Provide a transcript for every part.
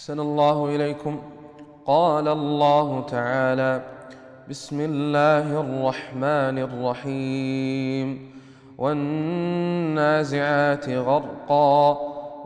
أحسن الله إليكم. قال الله تعالى: بسم الله الرحمن الرحيم والنازعات غرقا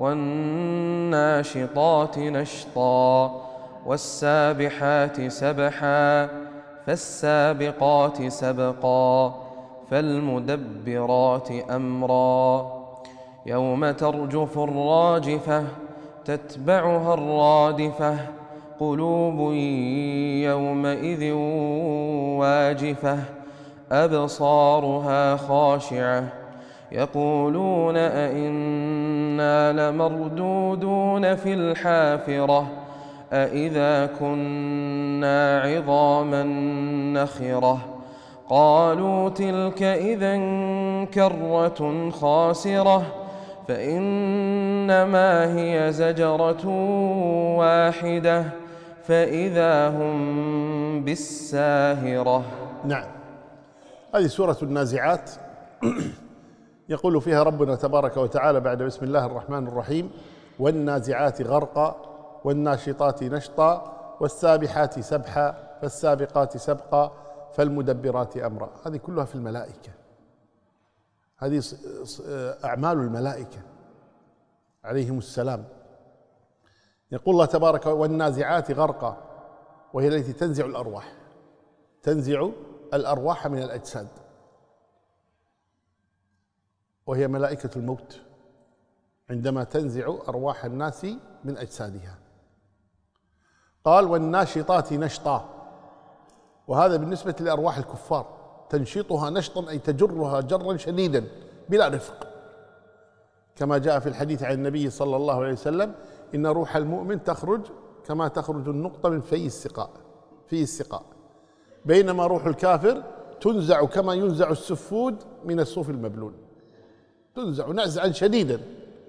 والناشطات نشطا والسابحات سبحا فالسابقات سبقا فالمدبرات أمرا يوم ترجف الراجفة تتبعها الرادفة قلوب يومئذ واجفة أبصارها خاشعة يقولون أئنا لمردودون في الحافرة أئذا كنا عظاما نخرة قالوا تلك إذا كرة خاسرة فإنما هي زجرة واحدة فإذا هم بالساهرة. نعم، هذه سورة النازعات. يقول فيها ربنا تبارك وتعالى بعد بسم الله الرحمن الرحيم: والنازعات غرقا والناشطات نشطا والسابحات سبحا فالسابقات سبقا فالمدبرات أمرا. هذه كلها في الملائكة، هذه أعمال الملائكة عليهم السلام. يقول الله تبارك: والنازعات غرقا، وهي التي تنزع الأرواح، تنزع الأرواح من الأجساد، وهي ملائكة الموت عندما تنزع أرواح الناس من أجسادها. قال: والناشطات نشطا، وهذا بالنسبة لأرواح الكفار، تنشطها نشطا أي تجرها جرا شديدا بلا رفق، كما جاء في الحديث عن النبي صلى الله عليه وسلم: إن روح المؤمن تخرج كما تخرج النقطة من في السقاء، بينما روح الكافر تنزع كما ينزع السفود من الصوف المبلول، تنزع نزعا شديدا.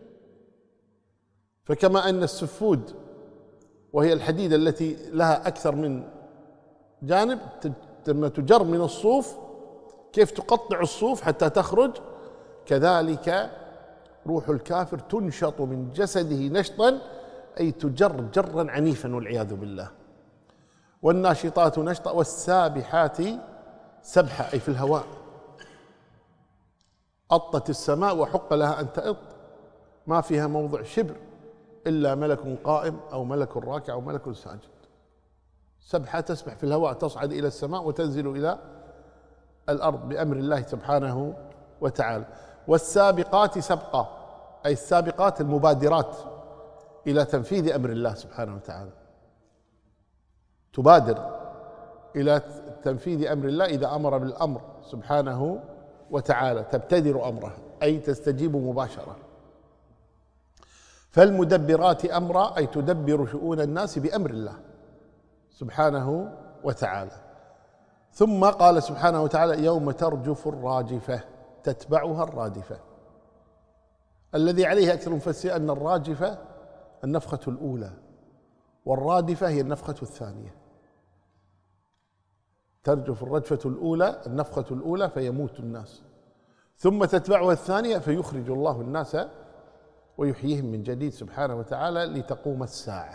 فكما أن السفود وهي الحديدة التي لها أكثر من جانب لما تجر من الصوف كيف تقطع الصوف حتى تخرج، كذلك روح الكافر تنشط من جسده نشطا أي تجر جرا عنيفا والعياذ بالله. والناشطات نشطا والسابحات سبحا أي في الهواء، أطت السماء وحق لها أن تأط، ما فيها موضع شبر إلا ملك قائم أو ملك راكع أو ملك ساجد. سبحة تسبح في الهواء، تصعد إلى السماء وتنزل إلى الأرض بأمر الله سبحانه وتعالى. والسابقات سبقا أي السابقات المبادرات إلى تنفيذ أمر الله سبحانه وتعالى، تبادر إلى تنفيذ أمر الله إذا أمر بالأمر سبحانه وتعالى، تبتدر أمره أي تستجيب مباشرة. فالمدبرات أمرا أي تدبر شؤون الناس بأمر الله سبحانه وتعالى. ثم قال سبحانه وتعالى: يوم ترجف الراجفة تتبعها الرادفة. الذي عليه أكثر المفسرين أن الراجفة النفخة الأولى، والرادفة هي النفخة الثانية. ترجف الرجفة الأولى النفخة الأولى فيموت الناس، ثم تتبعها الثانية فيخرج الله الناس ويحييهم من جديد سبحانه وتعالى لتقوم الساعة.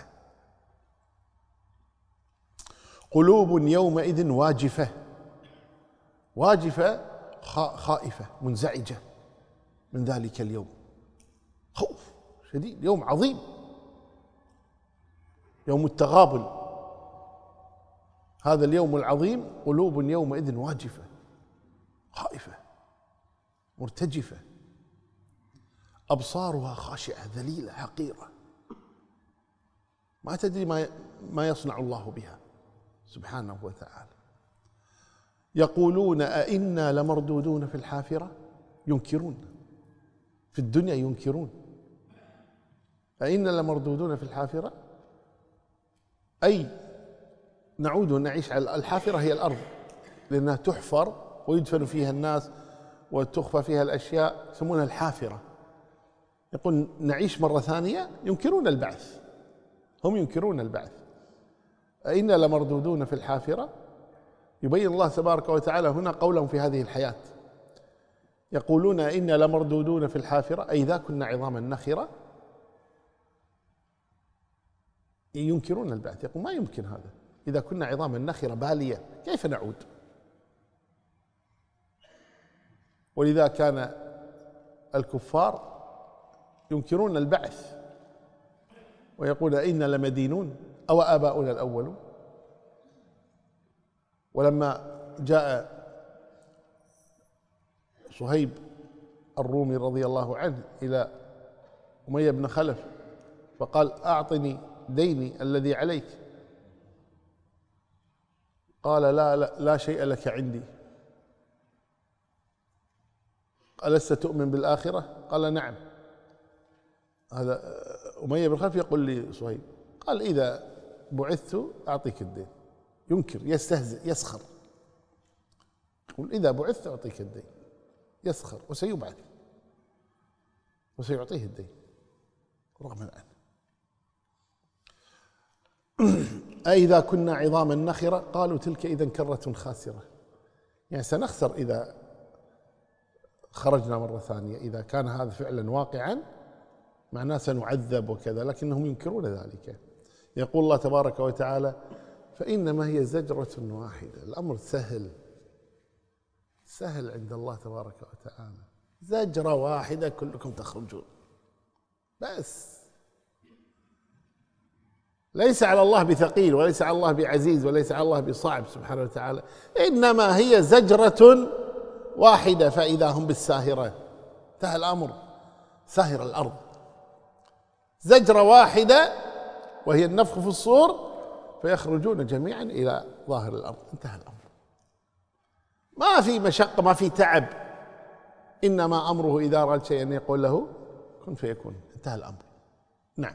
قلوب يومئذ واجفة، واجفة خائفة منزعجة من ذلك اليوم، خوف شديد، يوم عظيم، يوم التغابن، هذا اليوم العظيم. قلوب يومئذ واجفة خائفة مرتجفة أبصارها خاشعة ذليلة حقيرة، ما تدري ما يصنع الله بها سبحانه وتعالى. يقولون أئنا لمردودون في الحافرة، ينكرون في الدنيا، ينكرون أئنا لمردودون في الحافرة أي نعود ونعيش على الحافرة، هي الأرض لأنها تحفر ويدفن فيها الناس وتخفى فيها الأشياء، يسمونها الحافرة. يقول نعيش مرة ثانية، ينكرون البعث، هم ينكرون البعث. أئنا لمردودون في الحافرة، يبين الله تبارك وتعالى هنا قولهم في هذه الحياة. يقولون إنا لمردودون في الحافرة أي إذا كنا عظاما نخرة، ينكرون البعث، يقول ما يمكن هذا، إذا كنا عظاما نخرة بالية كيف نعود؟ ولذا كان الكفار ينكرون البعث ويقول إنا لمدينون أو آباؤنا الأولون. ولما جاء صهيب الرومي رضي الله عنه إلى أمية بن خلف فقال أعطني ديني الذي عليك، قال لا شيء لك عندي. ألست تؤمن بالآخرة؟ قال نعم. هذا أمية بن خلف يقول لي صهيب، قال إذا بعثت أعطيك الدين. ينكر، يستهزئ، يسخر، يقول إذا بعثت أعطيك الدين، يسخر، وسيبعث وسيعطيه الدين رغم عنه. أإذا كنا عظاما نخرة قالوا تلك إذا كرة خاسرة، يعني سنخسر إذا خرجنا مرة ثانية، إذا كان هذا فعلا واقعا معناه سنعذب وكذا، لكنهم ينكرون ذلك. يقول الله تبارك وتعالى فإنما هي زجرة واحدة. الأمر سهل عند الله تبارك وتعالى، زجرة واحدة كلكم تخرجون بس. ليس على الله بثقيل، وليس على الله بعزيز، وليس على الله بصعب سبحانه وتعالى، إنما هي زجرة واحدة فإذا هم بالساهرة. انتهى الأمر، ساهر الأرض، زجرة واحدة وهي النفخ في الصور فيخرجون جميعا إلى ظاهر الأرض. انتهى الأمر، ما في مشقة، ما في تعب، إنما أمره إذا أراد شيئا أن يقول له كن فيكون. انتهى الأمر. نعم.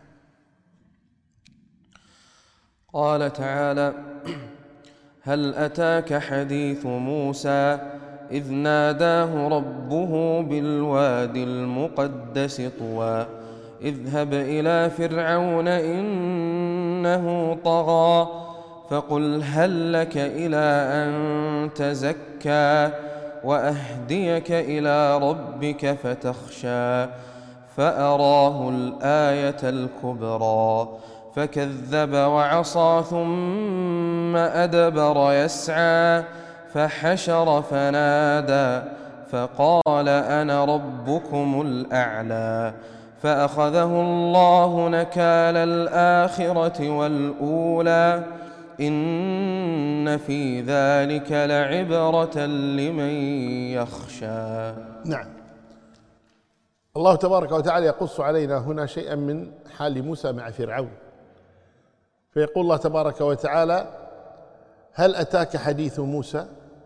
قال تعالى هل أتاك حديث موسى إذ ناداه ربه بالوادي المقدس طوى اذهب إلى فرعون إنه طغى فقل هل لك إلى أن تزكى وأهديك إلى ربك فتخشى فأراه الآية الكبرى فكذب وعصى ثم أدبر يسعى فحشر فنادى فقال أنا ربكم الأعلى فأخذه الله نكال الآخرة والأولى إن في ذلك لعبرة لمن يخشى. نعم. الله تبارك وتعالى يقص علينا هنا شيئا من حال موسى مع فرعون، فيقول الله تبارك وتعالى هل أتاك حديث موسى؟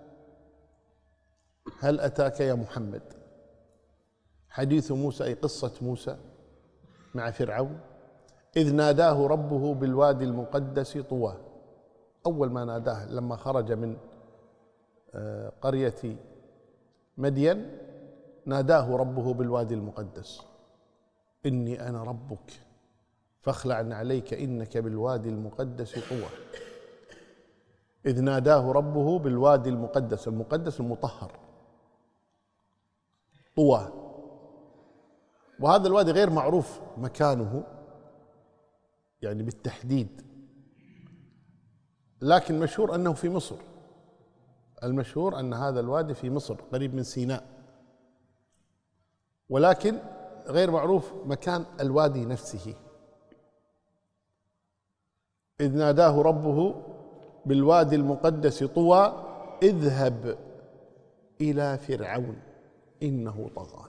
هل أتاك يا محمد حديث موسى، أي قصة موسى مع فرعون إذ ناداه ربه بالوادي المقدس طوى. أول ما ناداه لما خرج من قرية مدين ناداه ربه بالوادي المقدس إني أنا ربك فاخلع عليك إنك بالوادي المقدس طوى. إذ ناداه ربه بالوادي المقدس، المقدس المطهر طوى، وهذا الوادي غير معروف مكانه يعني بالتحديد، لكن مشهور أنه في مصر. المشهور أن هذا الوادي في مصر قريب من سيناء، ولكن غير معروف مكان الوادي نفسه. إذ ناداه ربه بالوادي المقدس طوى اذهب إلى فرعون إنه طغى،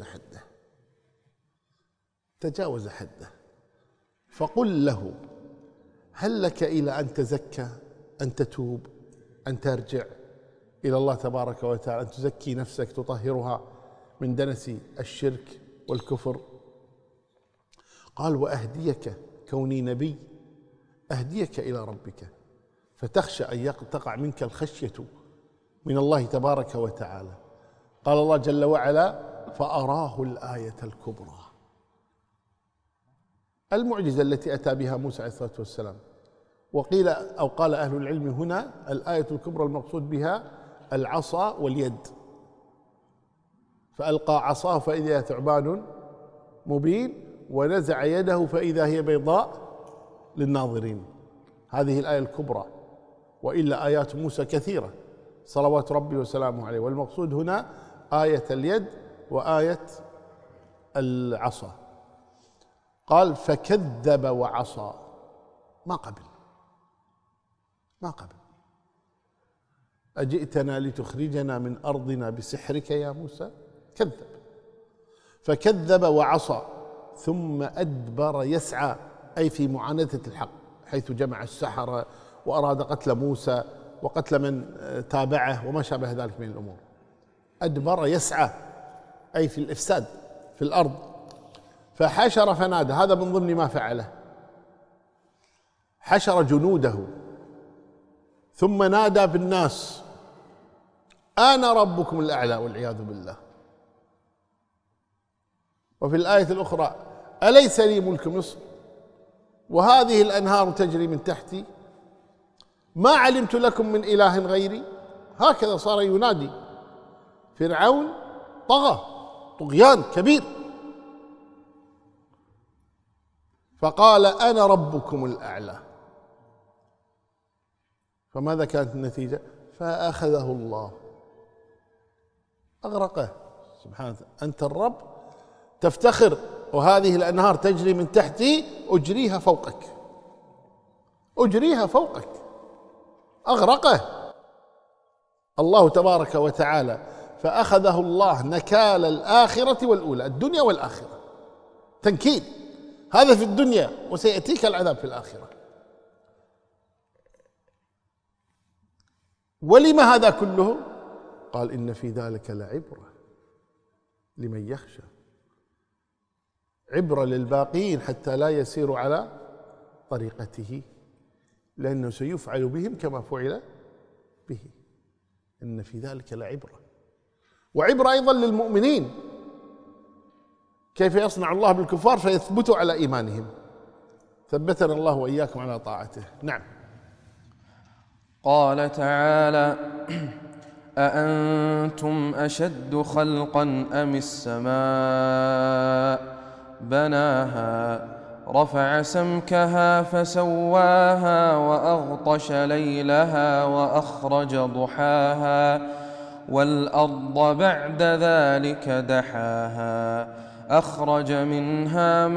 تجاوز حده فقل له هل لك إلى أن تزكى، أن تتوب، أن ترجع إلى الله تبارك وتعالى، أن تزكي نفسك تطهرها من دنس الشرك والكفر. قال وأهديك، كوني نبي أهديك إلى ربك فتخشى أن تقع منك الخشية من الله تبارك وتعالى. قال الله جل وعلا فأراه الآية الكبرى، المعجزة التي أتى بها موسى عليه الصلاة والسلام. وقيل أو قال أهل العلم هنا الآية الكبرى المقصود بها العصا واليد، فألقى عصاه فإذا هي ثعبان مبين ونزع يده فإذا هي بيضاء للناظرين. هذه الآية الكبرى، وإلا آيات موسى كثيرة صلوات ربي وسلامه عليه، والمقصود هنا آية اليد وآية العصا. قال فكذب وعصى، ما قبل أجئتنا لتخرجنا من أرضنا بسحرك يا موسى؟ كذب، فكذب وعصى ثم أدبر يسعى، أي في معاندة الحق، حيث جمع السحرة وأراد قتل موسى وقتل من تابعه وما شابه ذلك من الأمور. أدبر يسعى أي في الإفساد في الأرض. فحشر فنادى، هذا من ضمن ما فعله، حشر جنوده ثم نادى بالناس أنا ربكم الأعلى والعياذ بالله. وفي الآية الأخرى أليس لي ملك مصر وهذه الأنهار تجري من تحتي ما علمت لكم من إله غيري. هكذا صار ينادي. فرعون طغى طغيان كبير، فقال أنا ربكم الأعلى. فماذا كانت النتيجة؟ فأخذه الله أغرقه. سبحانه، أنت الرب تفتخر وهذه الأنهار تجري من تحتي، أجريها فوقك، أجريها فوقك. أغرقه الله تبارك وتعالى. فأخذه الله نكال الآخرة والأولى، الدنيا والآخرة، تنكيل. هذا في الدنيا وسيأتيك العذاب في الآخرة. ولما هذا كله؟ قال إن في ذلك لعبرة لمن يخشى، عبرة للباقين حتى لا يسيروا على طريقته، لأنه سيفعل بهم كما فعل به. إن في ذلك لعبرة، وعبرة أيضا للمؤمنين، كيف يصنع الله بالكفار فيثبتوا على إيمانهم. ثبتنا الله وإياكم على طاعته. نعم. قال تعالى أأنتم أشد خلقا أم السماء بناها رفع سمكها فسواها وأغطش ليلها وأخرج ضحاها والأرض بعد ذلك دحاها أخرج منها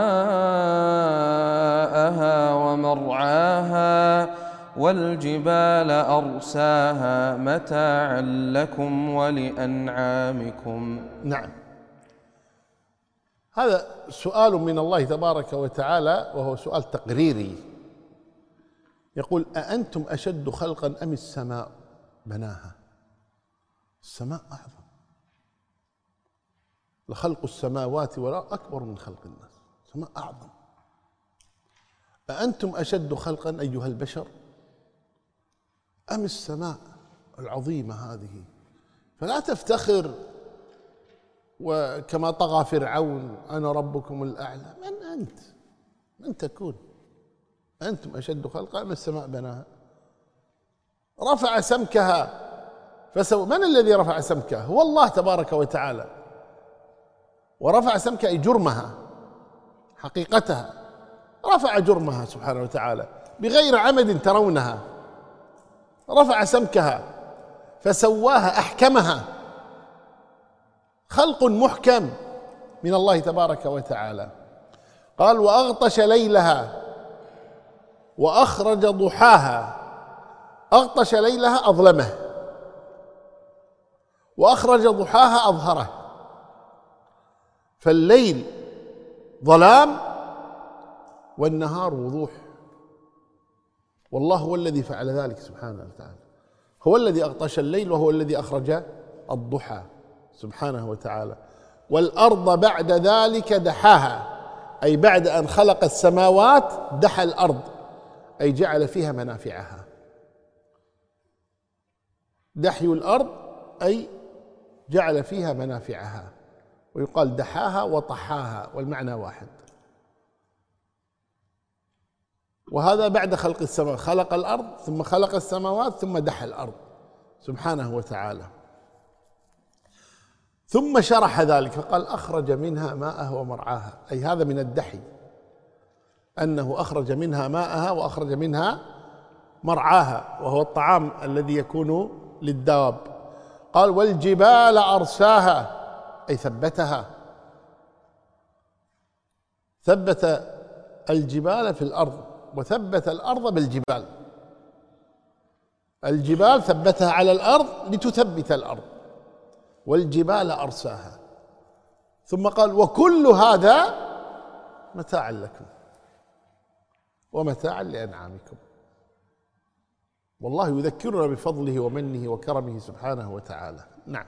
ماءها ومرعاها والجبال أرساها متاعا لكم ولأنعامكم. نعم، هذا سؤال من الله تبارك وتعالى، وهو سؤال تقريري. يقول أأنتم أشد خلقا أم السماء بناها؟ السماء أعظم، لخلق السماوات والأرض أكبر من خلق الناس، السماء أعظم. أأنتم أشد خلقا أيها البشر أم السماء العظيمة هذه؟ فلا تفتخر وكما طغى فرعون أنا ربكم الأعلى. من أنت؟ من تكون؟ أنتم أشد خلقا أم السماء بناها؟ رفع سمكها من الذي رفع سمكها؟ هو الله تبارك وتعالى. ورفع سمكها أي جرمها حقيقتها، رفع جرمها سبحانه وتعالى بغير عمد ترونها. رفع سمكها فسواها أحكمها، خلق محكم من الله تبارك وتعالى. قال وأغطش ليلها وأخرج ضحاها. أغطش ليلها أظلمه، وأخرج ضحاها أظهره. فالليل ظلام والنهار وضوح، والله هو الذي فعل ذلك سبحانه وتعالى. هو الذي أغطش الليل وهو الذي أخرج الضحى سبحانه وتعالى. والأرض بعد ذلك دحاها، أي بعد أن خلق السماوات دحى الأرض، أي جعل فيها منافعها. دحي الأرض أي جعل فيها منافعها، ويقال دحاها وطحاها والمعنى واحد. وهذا بعد خلق السماء، خلق الأرض ثم خلق السماوات ثم دحى الأرض سبحانه وتعالى. ثم شرح ذلك فقال أخرج منها ماءها ومرعاها، أي هذا من الدحي. أنه أخرج منها ماءها وأخرج منها مرعاها، وهو الطعام الذي يكون للدواب. قال والجبال أرساها، أي ثبتها، ثبت الجبال في الأرض وثبت الأرض بالجبال. الجبال ثبتها على الأرض لتثبت الأرض، والجبال أرساها. ثم قال وكل هذا متاعا لكم ومتاعا لأنعامكم. والله يذكرنا بفضله ومنه وكرمه سبحانه وتعالى. نعم.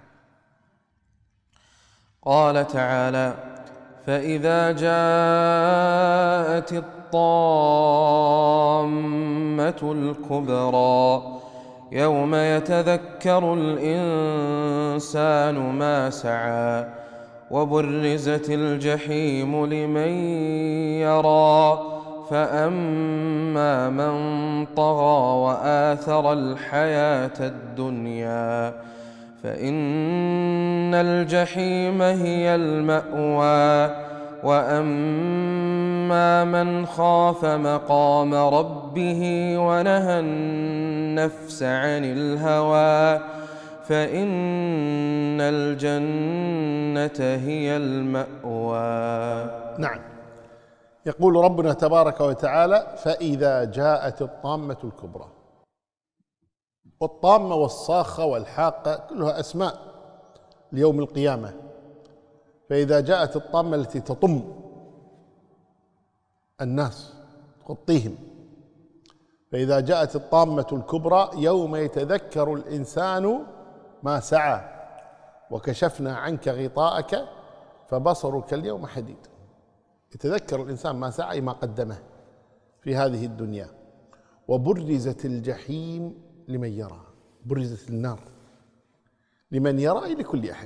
قال تعالى فإذا جاءت الطامة الكبرى يوم يتذكر الإنسان ما سعى وبرزت الجحيم لمن يرى فأما من طغى وآثر الحياة الدنيا فإن الجحيم هي المأوى وأما من خاف مقام ربه ونهى النفس عن الهوى فإن الجنة هي المأوى. نعم. يقول ربنا تبارك وتعالى فإذا جاءت الطامة الكبرى. والطامة والصاخة والحاقة كلها أسماء ليوم القيامة. فإذا جاءت الطامة التي تطم الناس تغطيهم، فإذا جاءت الطامة الكبرى يوم يتذكر الإنسان ما سعى وكشفنا عنك غطاءك فبصرك اليوم حديد. يتذكر الإنسان ما سعى ما قدمه في هذه الدنيا. وبرزت الجحيم لمن يرى، برزت النار لمن يرى أي لكل أحد،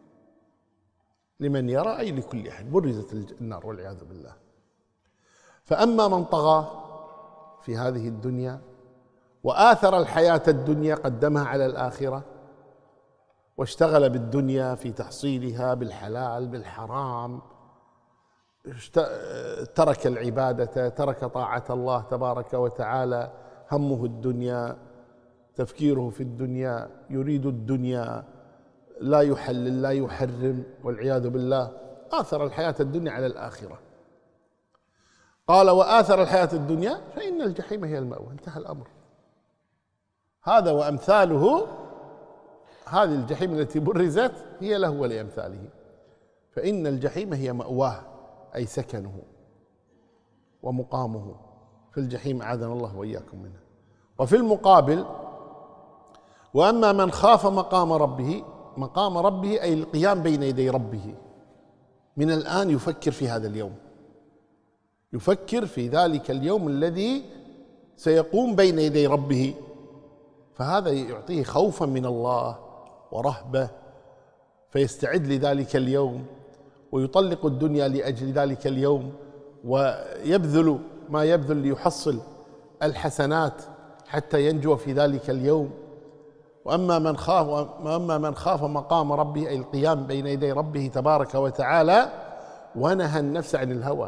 لمن يرى أي لكل أحد، برزت النار والعياذ بالله. فأما من طغى في هذه الدنيا وآثر الحياة الدنيا قدمها على الآخرة واشتغل بالدنيا في تحصيلها بالحلال بالحرام، ترك العبادة، ترك طاعة الله تبارك وتعالى، همه الدنيا، تفكيره في الدنيا، يريد الدنيا، لا يحلل لا يحرم والعياذ بالله، آثر الحياة الدنيا على الآخرة. قال وآثر الحياة الدنيا فإن الجحيم هي المأوى. انتهى الأمر. هذا وأمثاله، هذه الجحيم التي برزت هي له ولأمثاله. فإن الجحيم هي مأواه أي سكنه ومقامه في الجحيم، أعاذنا الله وإياكم منه. وفي المقابل وأما من خاف مقام ربه، مقام ربه أي القيام بين يدي ربه، من الآن يفكر في هذا اليوم، يفكر في ذلك اليوم الذي سيقوم بين يدي ربه، فهذا يعطيه خوفا من الله ورهبة، فيستعد لذلك اليوم ويطلق الدنيا لأجل ذلك اليوم ويبذل ما يبذل ليحصل الحسنات حتى ينجو في ذلك اليوم. وأما من خاف مقام ربه أي القيام بين يدي ربه تبارك وتعالى ونهى النفس عن الهوى،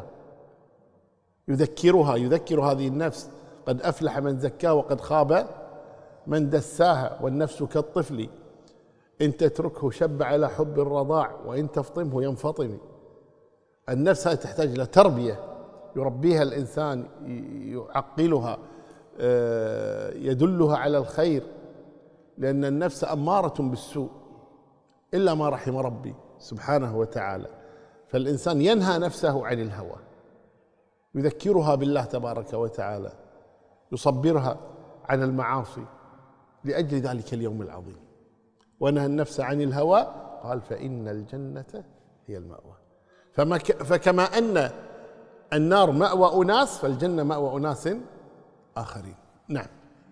يذكر هذه النفس قد أفلح من زكاها وقد خاب من دساها. والنفس كالطفل إن تتركه شب على حب الرضاع وإن تفطمه ينفطم. النفس تحتاج إلى تربية يربيها الإنسان، يعقلها، يدلها على الخير، لأن النفس أمارة بالسوء إلا ما رحم ربي سبحانه وتعالى. فالإنسان ينهى نفسه عن الهوى، يذكرها بالله تبارك وتعالى، يصبرها عن المعاصي لأجل ذلك اليوم العظيم. ونهى النفس عن الهوى قال فإن الجنة هي المأوى. فكما أن النار مأوى أناس فالجنة مأوى أناس آخرين. نعم.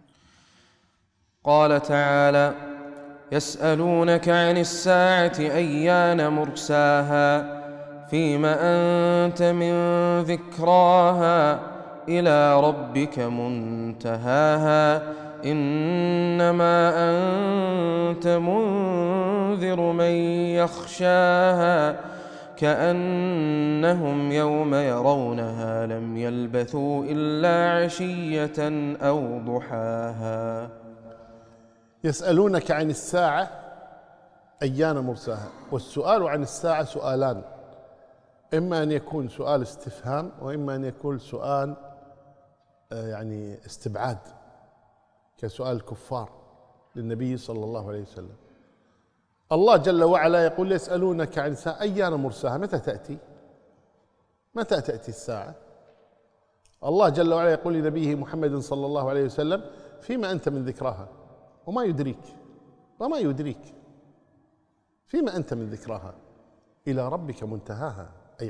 قال تعالى يسألونك عن الساعة أيان مرساها فيما أنت من ذكراها إلى ربك منتهاها إنما أنت منذر من يخشاها كأنهم يوم يرونها لم يلبثوا إلا عشية أو ضحاها. يسألونك عن الساعة أيان مرساها. والسؤال عن الساعة سؤالان، إما أن يكون سؤال استفهام، وإما أن يكون سؤال يعني استبعاد، كسؤال الكفار للنبي صلى الله عليه وسلم. الله جل وعلا يقول يسألونك عن الساعة أيان مرساها، متى تأتي؟ متى تأتي الساعة؟ الله جل وعلا يقول لنبيه محمد صلى الله عليه وسلم فيما أنت من ذكراها وما يدريك فيما أنت من ذكراها، إلى ربك منتهاها، أي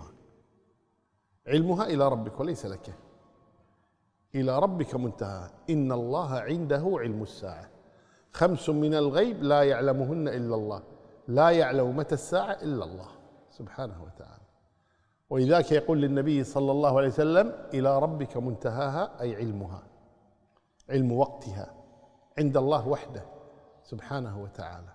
علمها إلى ربك وليس لك، إلى ربك منتهاها. إن الله عنده علم الساعة، 5 من الغيب لا يعلمهن إلا الله، لا يعلم متى الساعة إلا الله سبحانه وتعالى. ولذلك يقول للنبي صلى الله عليه وسلم إلى ربك منتهاها، أي علمها، علم وقتها عند الله وحده سبحانه وتعالى.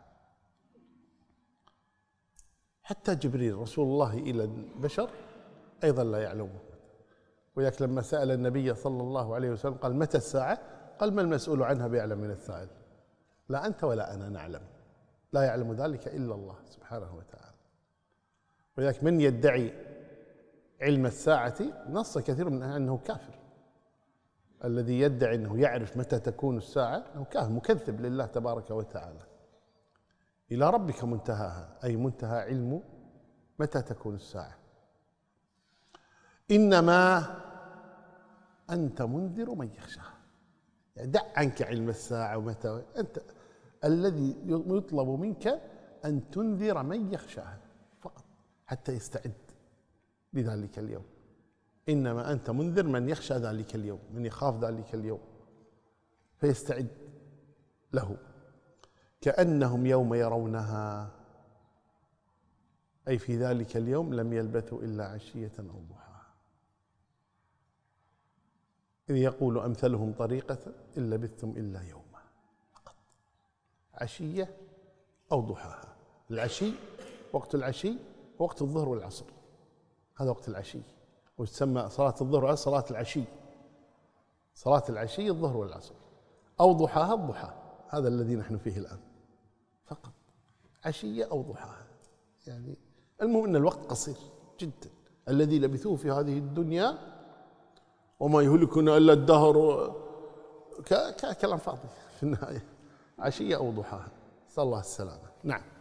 حتى جبريل رسول الله إلى البشر أيضا لا يعلمه. ولذلك لما سأل النبي صلى الله عليه وسلم قال متى الساعة؟ قال ما المسؤول عنها بأعلم من السائل، لا أنت ولا أنا نعلم، لا يعلم ذلك إلا الله سبحانه وتعالى. ولذلك من يدعي علم الساعة نص كثير من أنه كافر. الذي يدعي أنه يعرف متى تكون الساعة أنه كافر مكذب لله تبارك وتعالى. إلى ربك منتهاها، أي منتهى علم متى تكون الساعة. إنما أنت منذر من يخشاها، يعني دع عنك علم الساعة ومتى، أنت الذي يطلب منك أن تنذر من يخشاها فقط حتى يستعد لذلك اليوم. إنما أنت منذر من يخشى ذلك اليوم، من يخاف ذلك اليوم فيستعد له. كأنهم يوم يرونها، أي في ذلك اليوم لم يلبثوا إلا عشية أو ضحاها. إذ يقول أمثلهم طريقة إن لبثتم إلا يوما فقط، عشية أو ضحاها. العشي وقت العشي وقت الظهر والعصر، هذا وقت العشي، وتسمى صلاة الظهر صلاة العشي، صلاة العشي الظهر والعصر. أو ضحاها الضحى، هذا الذي نحن فيه الآن فقط، عشية أو ضحاها. يعني المهم أن الوقت قصير جدا. الذي لبثوه في هذه الدنيا وما يهلكنا إلا الدهر، كلام فاضي في النهاية. عشية أو ضحاها، صلى الله السلامة. نعم.